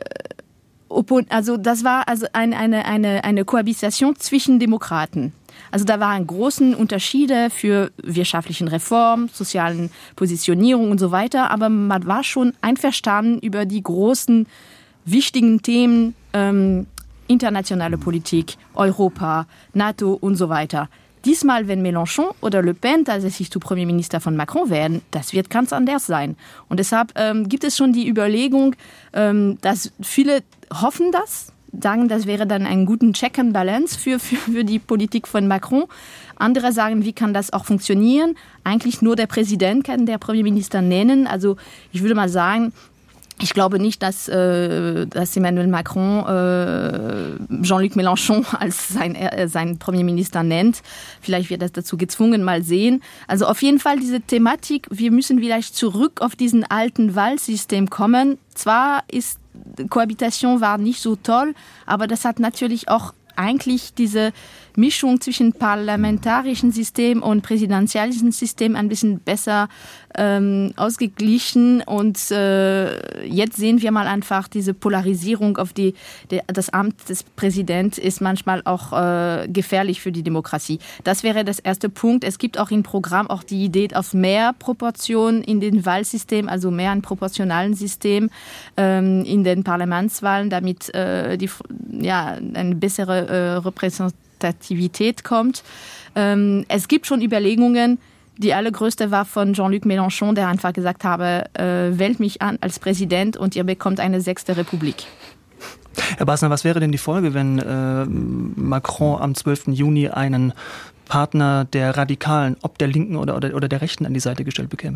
also das war also eine, eine, eine, eine Kohabitation zwischen Demokraten. Also da waren große Unterschiede für wirtschaftlichen Reformen, sozialen Positionierung und so weiter, aber man war schon einverstanden über die großen, wichtigen Themen ähm, internationale Politik, Europa, NATO und so weiter. Diesmal, wenn Mélenchon oder Le Pen tatsächlich zu Premierminister von Macron werden, das wird ganz anders sein. Und deshalb ähm, gibt es schon die Überlegung, ähm, dass viele hoffen das, sagen, das wäre dann ein guten Check and Balance für, für, für die Politik von Macron. Andere sagen, wie kann das auch funktionieren? Eigentlich nur der Präsident kann der Premierminister nennen. Also ich würde mal sagen, ich glaube nicht, dass, äh, dass Emmanuel Macron äh, Jean-Luc Mélenchon als sein, äh, sein Premierminister nennt. Vielleicht wird er dazu gezwungen, mal sehen. Also auf jeden Fall diese Thematik, wir müssen vielleicht zurück auf diesen alten Wahlsystem kommen. Zwar ist Kohabitation war nicht so toll, aber das hat natürlich auch eigentlich diese Mischung zwischen parlamentarischem System und präsidentiellem System ein bisschen besser ähm, ausgeglichen. Und äh, jetzt sehen wir mal einfach diese Polarisierung auf die, die das Amt des Präsidenten ist manchmal auch äh, gefährlich für die Demokratie. Das wäre das erste Punkt. Es gibt auch im Programm auch die Idee auf mehr Proportionen in den Wahlsystemen, also mehr ein proportionalen System ähm, in den Parlamentswahlen, damit äh, die, ja, eine bessere äh, Repräsentativität kommt. Ähm, es gibt schon Überlegungen. Die allergrößte war von Jean-Luc Mélenchon, der einfach gesagt habe, äh, wählt mich an als Präsident und ihr bekommt eine sechste Republik. Herr Basner, was wäre denn die Folge, wenn äh, Macron am zwölften Juni einen Partner der Radikalen, ob der Linken oder, oder, oder der Rechten, an die Seite gestellt bekäme?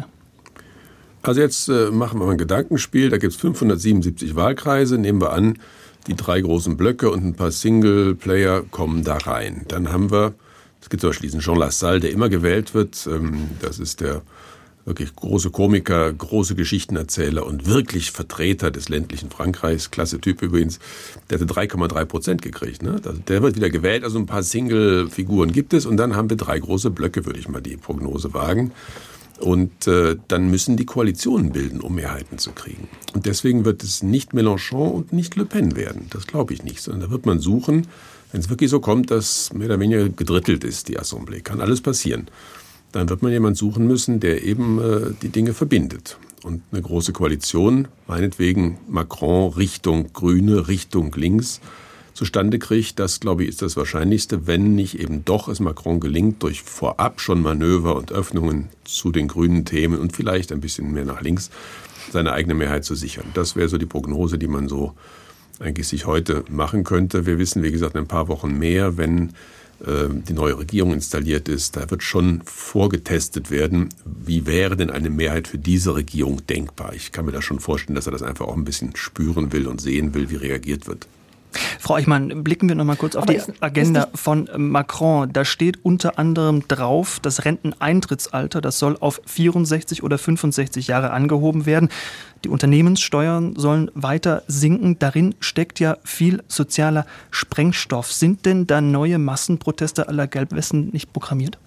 Also jetzt äh, machen wir mal ein Gedankenspiel. Da gibt es fünfhundertsiebenundsiebzig Wahlkreise. Nehmen wir an, die drei großen Blöcke und ein paar Single-Player kommen da rein. Dann haben wir, es gibt zum Beispiel diesen Jean Lassalle, der immer gewählt wird. Das ist der wirklich große Komiker, große Geschichtenerzähler und wirklich Vertreter des ländlichen Frankreichs. Klasse Typ übrigens. Der hatte drei Komma drei Prozent gekriegt. Ne? Der wird wieder gewählt. Also ein paar Single-Figuren gibt es. Und dann haben wir drei große Blöcke, würde ich mal die Prognose wagen. Und äh, dann müssen die Koalitionen bilden, um Mehrheiten zu kriegen. Und deswegen wird es nicht Mélenchon und nicht Le Pen werden. Das glaube ich nicht. Sondern da wird man suchen, wenn es wirklich so kommt, dass mehr oder weniger gedrittelt ist, die Assemblée. Kann alles passieren. Dann wird man jemanden suchen müssen, der eben äh, die Dinge verbindet. Und eine große Koalition, meinetwegen Macron Richtung Grüne, Richtung links, zustande kriegt, das, glaube ich, ist das Wahrscheinlichste, wenn nicht eben doch es Macron gelingt, durch vorab schon Manöver und Öffnungen zu den grünen Themen und vielleicht ein bisschen mehr nach links seine eigene Mehrheit zu sichern. Das wäre so die Prognose, die man so eigentlich sich heute machen könnte. Wir wissen, wie gesagt, in ein paar Wochen mehr, wenn äh, die neue Regierung installiert ist. Da wird schon vorgetestet werden, wie wäre denn eine Mehrheit für diese Regierung denkbar. Ich kann mir da schon vorstellen, dass er das einfach auch ein bisschen spüren will und sehen will, wie reagiert wird. Frau Eichmann, blicken wir noch mal kurz auf Aber die ist, Agenda ist von Macron. Da steht unter anderem drauf, das Renteneintrittsalter, das soll auf vierundsechzig oder fünfundsechzig Jahre angehoben werden. Die Unternehmenssteuern sollen weiter sinken. Darin steckt ja viel sozialer Sprengstoff. Sind denn da neue Massenproteste aller Gelbwesten nicht programmiert?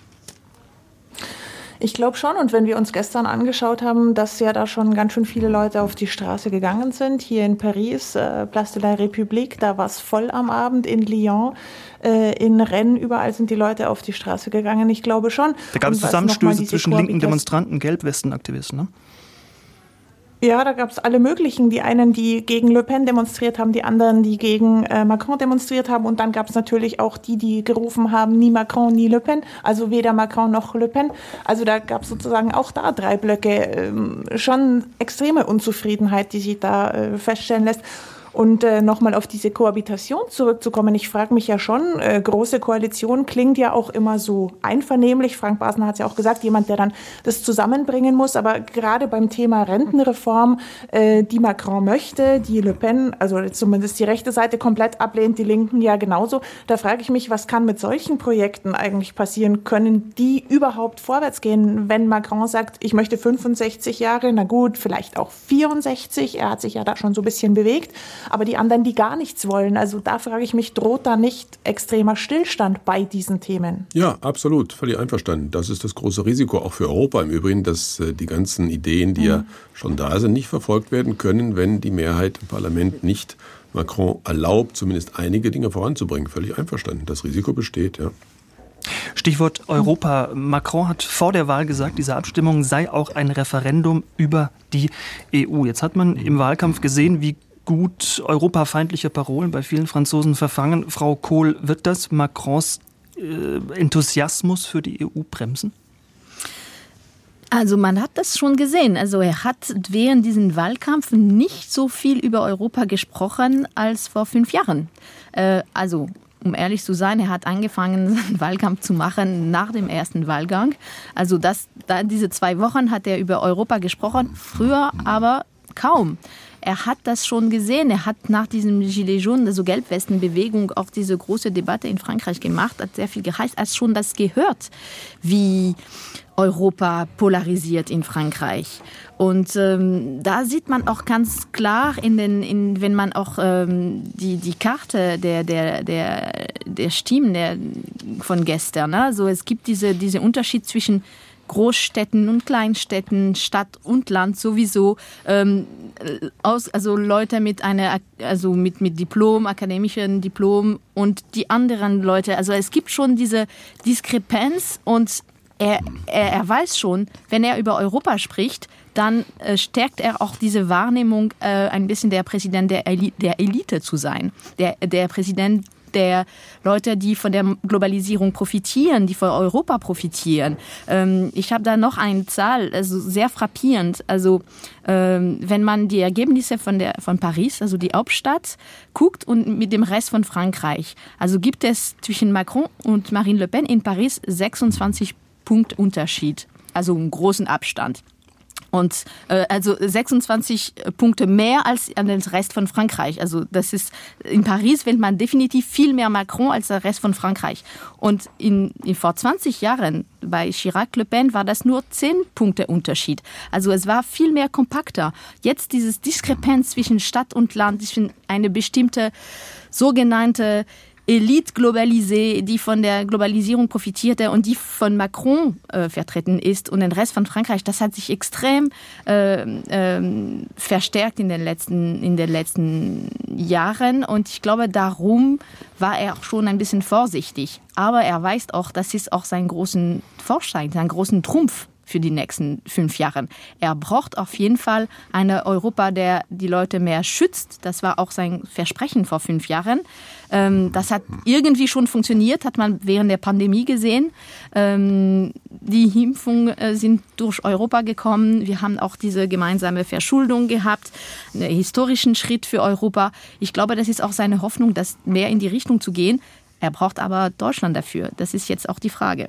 Ich glaube schon. Und wenn wir uns gestern angeschaut haben, dass ja da schon ganz schön viele Leute auf die Straße gegangen sind, hier in Paris, äh, Place de la République, da war es voll am Abend, in Lyon, äh, in Rennes, überall sind die Leute auf die Straße gegangen. Ich glaube schon. Da gab es Zusammenstöße zwischen linken Demonstranten, Gelbwestenaktivisten, ne? Ja, da gab es alle möglichen. Die einen, die gegen Le Pen demonstriert haben, die anderen, die gegen äh, Macron demonstriert haben. Und dann gab es natürlich auch die, die gerufen haben, nie Macron, nie Le Pen. Also weder Macron noch Le Pen. Also da gab es sozusagen auch da drei Blöcke. Ähm, schon extreme Unzufriedenheit, die sich da äh, feststellen lässt. Und äh, nochmal auf diese Kohabitation zurückzukommen, ich frage mich ja schon, äh, große Koalition klingt ja auch immer so einvernehmlich. Frank Basner hat es ja auch gesagt, jemand, der dann das zusammenbringen muss. Aber gerade beim Thema Rentenreform, äh, die Macron möchte, die Le Pen, also zumindest die rechte Seite komplett ablehnt, die Linken ja genauso. Da frage ich mich, was kann mit solchen Projekten eigentlich passieren? Können die überhaupt vorwärts gehen, wenn Macron sagt, ich möchte fünfundsechzig Jahre, na gut, vielleicht auch vierundsechzig. Er hat sich ja da schon so ein bisschen bewegt. Aber die anderen, die gar nichts wollen, also da frage ich mich, droht da nicht extremer Stillstand bei diesen Themen? Ja, absolut, völlig einverstanden. Das ist das große Risiko, auch für Europa im Übrigen, dass äh, die ganzen Ideen, die mhm. ja schon da sind, nicht verfolgt werden können, wenn die Mehrheit im Parlament nicht Macron erlaubt, zumindest einige Dinge voranzubringen. Völlig einverstanden. Das Risiko besteht, ja. Stichwort Europa. Macron hat vor der Wahl gesagt, diese Abstimmung sei auch ein Referendum über die E U. Jetzt hat man im Wahlkampf gesehen, wie gut europafeindliche Parolen bei vielen Franzosen verfangen. Frau Kohl, wird das Macrons äh, Enthusiasmus für die E U bremsen? Also man hat das schon gesehen. Also er hat während diesem Wahlkampf nicht so viel über Europa gesprochen als vor fünf Jahren. Äh, also um ehrlich zu sein, er hat angefangen, seinen Wahlkampf zu machen nach dem ersten Wahlgang. Also das, da diese zwei Wochen hat er über Europa gesprochen, früher aber kaum. Er hat das schon gesehen. Er hat nach diesem Gilets jaunes, also Gelbwestenbewegung, auch diese große Debatte in Frankreich gemacht, hat sehr viel gereist, als schon das gehört, wie Europa polarisiert in Frankreich. Und ähm, da sieht man auch ganz klar, in den, in, wenn man auch ähm, die, die Karte der, der, der, der Stimmen der, von gestern, ne? Also es gibt diese, diese Unterschied zwischen Großstädten und Kleinstädten, Stadt und Land sowieso, ähm, aus, also Leute mit einer, also mit, mit Diplom, akademischen Diplom und die anderen Leute. Also es gibt schon diese Diskrepanz und er, er, er weiß schon, wenn er über Europa spricht, dann äh, stärkt er auch diese Wahrnehmung, äh, ein bisschen der Präsident der, Eli- der Elite zu sein, der, der Präsident der Leute, die von der Globalisierung profitieren, die von Europa profitieren. Ähm, ich habe da noch eine Zahl, also sehr frappierend. Also ähm, wenn man die Ergebnisse von, der, von Paris, also die Hauptstadt, guckt und mit dem Rest von Frankreich, also gibt es zwischen Macron und Marine Le Pen in Paris sechsundzwanzig Punkte Unterschied, also einen großen Abstand. Und äh, also sechsundzwanzig Punkte mehr als an den Rest von Frankreich. Also das ist, in Paris wählt man definitiv viel mehr Macron als der Rest von Frankreich. Und in, in vor zwanzig Jahren bei Chirac-Le Pen war das nur zehn Punkte Unterschied. Also es war viel mehr kompakter. Jetzt dieses Diskrepanz zwischen Stadt und Land, zwischen eine bestimmte sogenannte Elite globalisée, die von der Globalisierung profitierte und die von Macron äh, vertreten ist und den Rest von Frankreich, das hat sich extrem äh, äh, verstärkt in den letzten, in den letzten Jahren und ich glaube, darum war er auch schon ein bisschen vorsichtig. Aber er weiß auch, das ist auch sein großen Vorschein, sein großen Trumpf für die nächsten fünf Jahre. Er braucht auf jeden Fall eine Europa, der die Leute mehr schützt. Das war auch sein Versprechen vor fünf Jahren. Ähm, das hat irgendwie schon funktioniert, hat man während der Pandemie gesehen. Ähm, die Impfungen äh, sind durch Europa gekommen. Wir haben auch diese gemeinsame Verschuldung gehabt, einen historischen Schritt für Europa. Ich glaube, das ist auch seine Hoffnung, das mehr in die Richtung zu gehen. Er braucht aber Deutschland dafür. Das ist jetzt auch die Frage.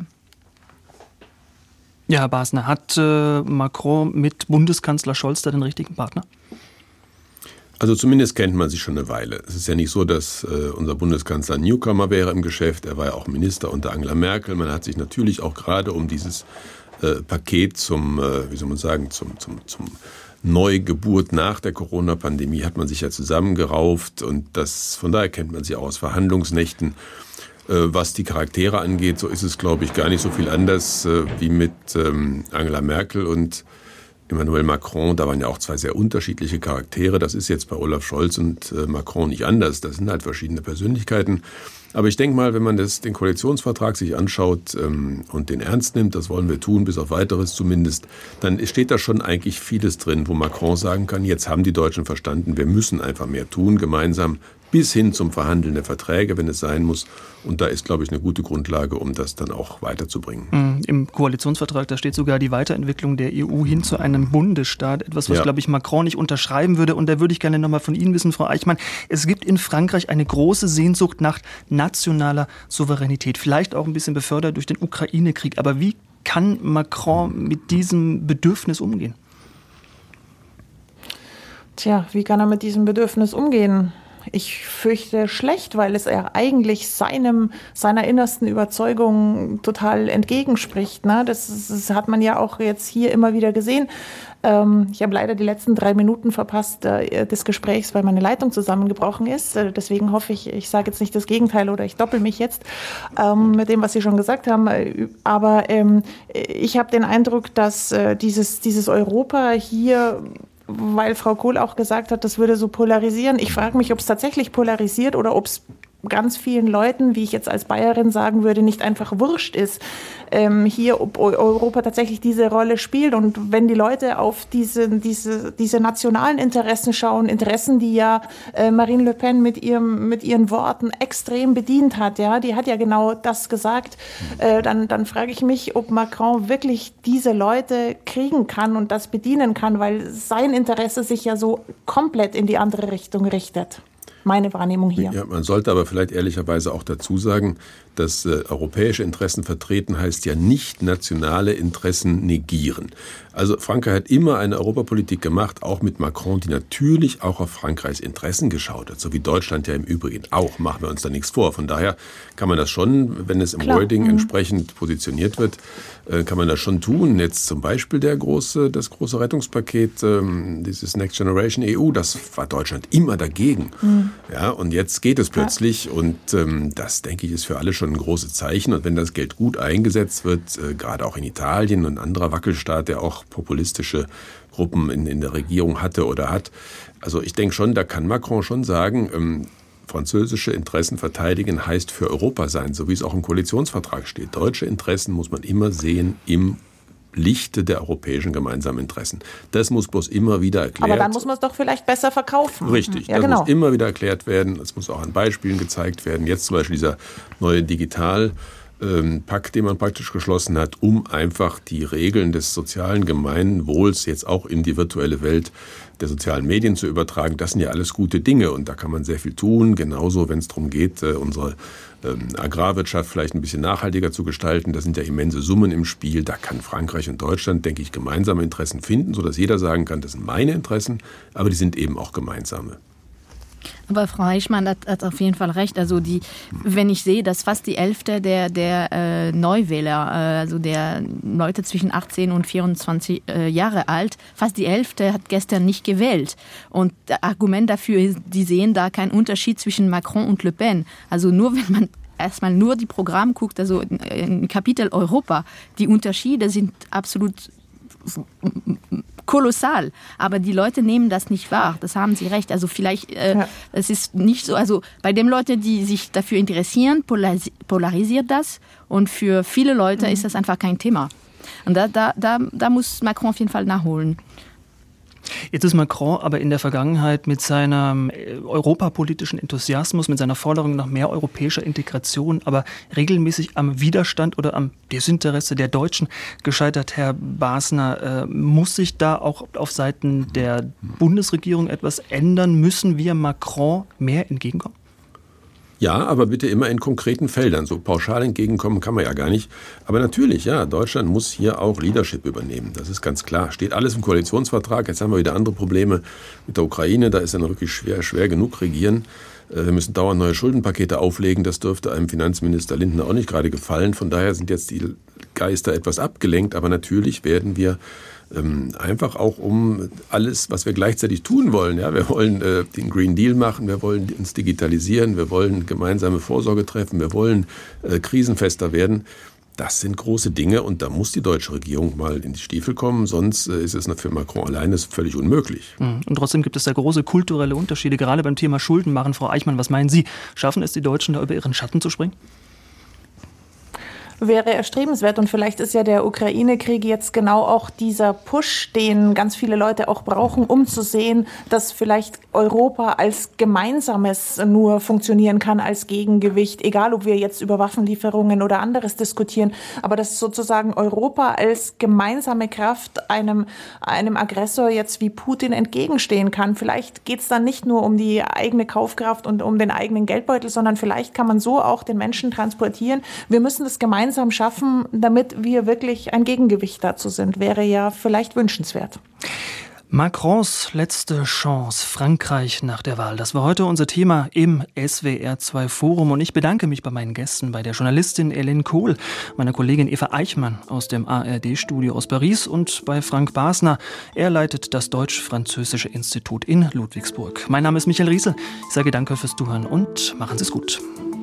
Ja, Herr Basner, hat äh, Macron mit Bundeskanzler Scholz da den richtigen Partner? Also zumindest kennt man sich schon eine Weile. Es ist ja nicht so, dass äh, unser Bundeskanzler Newcomer wäre im Geschäft. Er war ja auch Minister unter Angela Merkel. Man hat sich natürlich auch gerade um dieses äh, Paket zum, äh, wie soll man sagen, zum, zum, zum Neugeburt nach der Corona-Pandemie hat man sich ja zusammengerauft. Und das, von daher kennt man sich auch aus Verhandlungsnächten. Was die Charaktere angeht, so ist es, glaube ich, gar nicht so viel anders äh, wie mit ähm, Angela Merkel und Emmanuel Macron. Da waren ja auch zwei sehr unterschiedliche Charaktere. Das ist jetzt bei Olaf Scholz und äh, Macron nicht anders. Das sind halt verschiedene Persönlichkeiten. Aber ich denke mal, wenn man das, den Koalitionsvertrag sich anschaut ähm, und den ernst nimmt, das wollen wir tun, bis auf Weiteres zumindest, dann steht da schon eigentlich vieles drin, wo Macron sagen kann, jetzt haben die Deutschen verstanden, wir müssen einfach mehr tun, gemeinsam bis hin zum Verhandeln der Verträge, wenn es sein muss. Und da ist, glaube ich, eine gute Grundlage, um das dann auch weiterzubringen. Im Koalitionsvertrag, da steht sogar die Weiterentwicklung der E U hin zu einem Bundesstaat. Etwas, was, ja. glaube ich, Macron nicht unterschreiben würde. Und da würde ich gerne nochmal von Ihnen wissen, Frau Eichmann, es gibt in Frankreich eine große Sehnsucht nach nationaler Souveränität. Vielleicht auch ein bisschen befördert durch den Ukraine-Krieg. Aber wie kann Macron mit diesem Bedürfnis umgehen? Tja, wie kann er mit diesem Bedürfnis umgehen? Ich fürchte schlecht, weil es er eigentlich seinem, seiner innersten Überzeugung total entgegenspricht. Ne? Das, das hat man ja auch jetzt hier immer wieder gesehen. Ähm, ich habe leider die letzten drei Minuten verpasst äh, des Gesprächs, weil meine Leitung zusammengebrochen ist. Äh, deswegen hoffe ich, ich sage jetzt nicht das Gegenteil oder ich doppel mich jetzt ähm, mit dem, was Sie schon gesagt haben. Aber ähm, ich habe den Eindruck, dass äh, dieses, dieses Europa hier, weil Frau Kohl auch gesagt hat, das würde so polarisieren. Ich frage mich, ob es tatsächlich polarisiert oder ob es ganz vielen Leuten, wie ich jetzt als Bayerin sagen würde, nicht einfach wurscht ist, ähm, hier, ob Europa tatsächlich diese Rolle spielt. Und wenn die Leute auf diese, diese, diese nationalen Interessen schauen, Interessen, die ja äh, Marine Le Pen mit ihrem, mit ihren Worten extrem bedient hat, ja, die hat ja genau das gesagt, äh, dann, dann frage ich mich, ob Macron wirklich diese Leute kriegen kann und das bedienen kann, weil sein Interesse sich ja so komplett in die andere Richtung richtet. Meine Wahrnehmung hier. Ja, man sollte aber vielleicht ehrlicherweise auch dazu sagen, dass äh, europäische Interessen vertreten heißt ja nicht nationale Interessen negieren. Also Frankreich hat immer eine Europapolitik gemacht, auch mit Macron, die natürlich auch auf Frankreichs Interessen geschaut hat, so wie Deutschland ja im Übrigen auch, machen wir uns da nichts vor. Von daher kann man das schon, wenn es im Klar. Wording mhm. entsprechend positioniert wird, äh, kann man das schon tun. Jetzt zum Beispiel der große, das große Rettungspaket, ähm, dieses Next Generation E U, das war Deutschland immer dagegen. Mhm. Ja, und jetzt geht es plötzlich ja. und ähm, das, denke ich, ist für alle schon ein großes Zeichen. Und wenn das Geld gut eingesetzt wird, äh, gerade auch in Italien und anderer Wackelstaat, der auch populistische Gruppen in, in der Regierung hatte oder hat. Also ich denke schon, da kann Macron schon sagen, ähm, französische Interessen verteidigen heißt für Europa sein, so wie es auch im Koalitionsvertrag steht. Deutsche Interessen muss man immer sehen im Lichte der europäischen gemeinsamen Interessen. Das muss bloß immer wieder erklärt werden. Aber dann muss man es doch vielleicht besser verkaufen. Richtig, ja, das genau. muss immer wieder erklärt werden. Es muss auch an Beispielen gezeigt werden. Jetzt zum Beispiel dieser neue Digital- Pakt, den man praktisch geschlossen hat, um einfach die Regeln des sozialen Gemeinwohls jetzt auch in die virtuelle Welt der sozialen Medien zu übertragen. Das sind ja alles gute Dinge und da kann man sehr viel tun. Genauso, wenn es darum geht, unsere Agrarwirtschaft vielleicht ein bisschen nachhaltiger zu gestalten. Da sind ja immense Summen im Spiel. Da kann Frankreich und Deutschland, denke ich, gemeinsame Interessen finden, sodass jeder sagen kann, das sind meine Interessen, aber die sind eben auch gemeinsame. Aber Frau Eichmann hat, hat auf jeden Fall recht. Also die, wenn ich sehe, dass fast die Hälfte der, der äh, Neuwähler, äh, also der Leute zwischen achtzehn und vierundzwanzig äh, Jahre alt, fast die Hälfte hat gestern nicht gewählt. Und das Argument dafür ist, die sehen da keinen Unterschied zwischen Macron und Le Pen. Also nur wenn man erstmal nur die Programme guckt, also im Kapitel Europa, die Unterschiede sind absolut kolossal, aber die Leute nehmen das nicht wahr. Das haben Sie recht. Also vielleicht, äh, ja. es ist nicht so, also bei den Leuten, die sich dafür interessieren, polaris- polarisiert das und für viele Leute mhm. ist das einfach kein Thema. Und da, da, da, da muss Macron auf jeden Fall nachholen. Jetzt ist Macron aber in der Vergangenheit mit seinem europapolitischen Enthusiasmus, mit seiner Forderung nach mehr europäischer Integration, aber regelmäßig am Widerstand oder am Desinteresse der Deutschen gescheitert. Herr Basner, äh, muss sich da auch auf Seiten der Bundesregierung etwas ändern? Müssen wir Macron mehr entgegenkommen? Ja, aber bitte immer in konkreten Feldern. So pauschal entgegenkommen kann man ja gar nicht. Aber natürlich, ja, Deutschland muss hier auch Leadership übernehmen. Das ist ganz klar. Steht alles im Koalitionsvertrag. Jetzt haben wir wieder andere Probleme mit der Ukraine. Da ist dann wirklich schwer, schwer genug regieren. Wir müssen dauernd neue Schuldenpakete auflegen. Das dürfte einem Finanzminister Lindner auch nicht gerade gefallen. Von daher sind jetzt die Geister etwas abgelenkt. Aber natürlich werden wir Ähm, einfach auch um alles, was wir gleichzeitig tun wollen. Ja, wir wollen äh, den Green Deal machen, wir wollen uns digitalisieren, wir wollen gemeinsame Vorsorge treffen, wir wollen äh, krisenfester werden. Das sind große Dinge und da muss die deutsche Regierung mal in die Stiefel kommen, sonst äh, ist es für Macron alleine völlig unmöglich. Und trotzdem gibt es da große kulturelle Unterschiede, gerade beim Thema Schulden machen. Frau Eichmann, was meinen Sie? Schaffen es die Deutschen, da über ihren Schatten zu springen? Wäre erstrebenswert und vielleicht ist ja der Ukraine-Krieg jetzt genau auch dieser Push, den ganz viele Leute auch brauchen, um zu sehen, dass vielleicht Europa als Gemeinsames nur funktionieren kann als Gegengewicht, egal ob wir jetzt über Waffenlieferungen oder anderes diskutieren, aber dass sozusagen Europa als gemeinsame Kraft einem, einem Aggressor jetzt wie Putin entgegenstehen kann. Vielleicht geht es dann nicht nur um die eigene Kaufkraft und um den eigenen Geldbeutel, sondern vielleicht kann man so auch den Menschen transportieren. Wir müssen das gemeinsam gemeinsam schaffen, damit wir wirklich ein Gegengewicht dazu sind, wäre ja vielleicht wünschenswert. Macrons letzte Chance, Frankreich nach der Wahl. Das war heute unser Thema im S W R zwei Forum und ich bedanke mich bei meinen Gästen, bei der Journalistin Hélène Kohl, meiner Kollegin Eva Eichmann aus dem A R D-Studio aus Paris und bei Frank Basner. Er leitet das Deutsch-Französische Institut in Ludwigsburg. Mein Name ist Michael Riesel. Ich sage danke fürs Zuhören und machen Sie es gut.